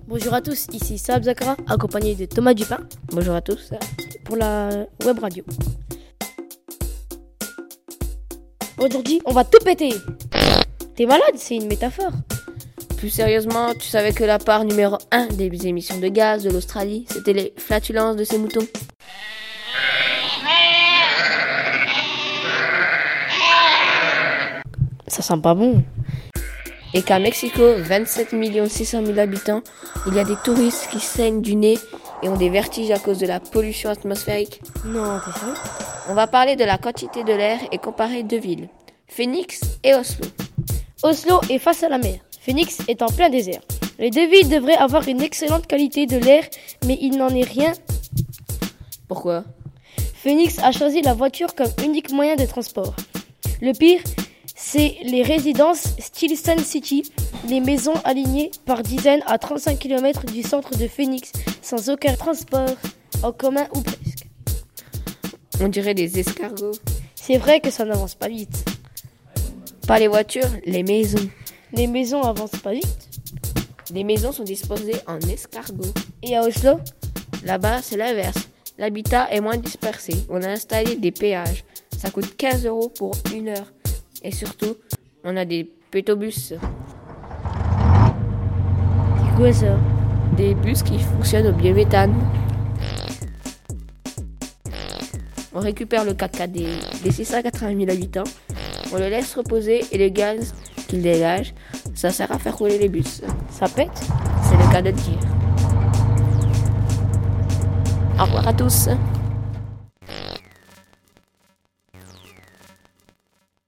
Bonjour à tous, ici Saab Zakara, accompagné de Thomas Dupin. Bonjour à tous. Pour la web radio. Aujourd'hui, on va tout péter. T'es malade, c'est une métaphore. Plus sérieusement, tu savais que la part numéro 1 des émissions de gaz de l'Australie, c'était les flatulences de ces moutons? Ça sent pas bon. Et qu'à Mexico, 27 600 000 habitants, il y a des touristes qui saignent du nez et ont des vertiges à cause de la pollution atmosphérique. Non, t'es sûr? On va parler de la quantité de l'air et comparer deux villes, Phoenix et Oslo. Oslo est face à la mer. Phoenix est en plein désert. Les deux villes devraient avoir une excellente qualité de l'air, mais il n'en est rien. Pourquoi? Phoenix a choisi la voiture comme unique moyen de transport. Le pire, c'est les résidences style Sun City, les maisons alignées par dizaines à 35 km du centre de Phoenix, sans aucun transport en commun ou presque. On dirait des escargots. C'est vrai que ça n'avance pas vite. Pas les voitures, les maisons. Les maisons avancent pas vite. Les maisons sont disposées en escargots. Et à Oslo, Là-bas, c'est l'inverse. L'habitat est moins dispersé. On a installé des péages. Ça coûte 15 € pour 1 heure. Et surtout, on a des pétobus. c'est quoi ça? Des bus qui fonctionnent au biométhane. On récupère le caca des 680 000 habitants. On le laisse reposer et le gaz qu'il dégage, ça sert à faire rouler les bus. Ça pète? C'est le cas de le dire. Au revoir à tous.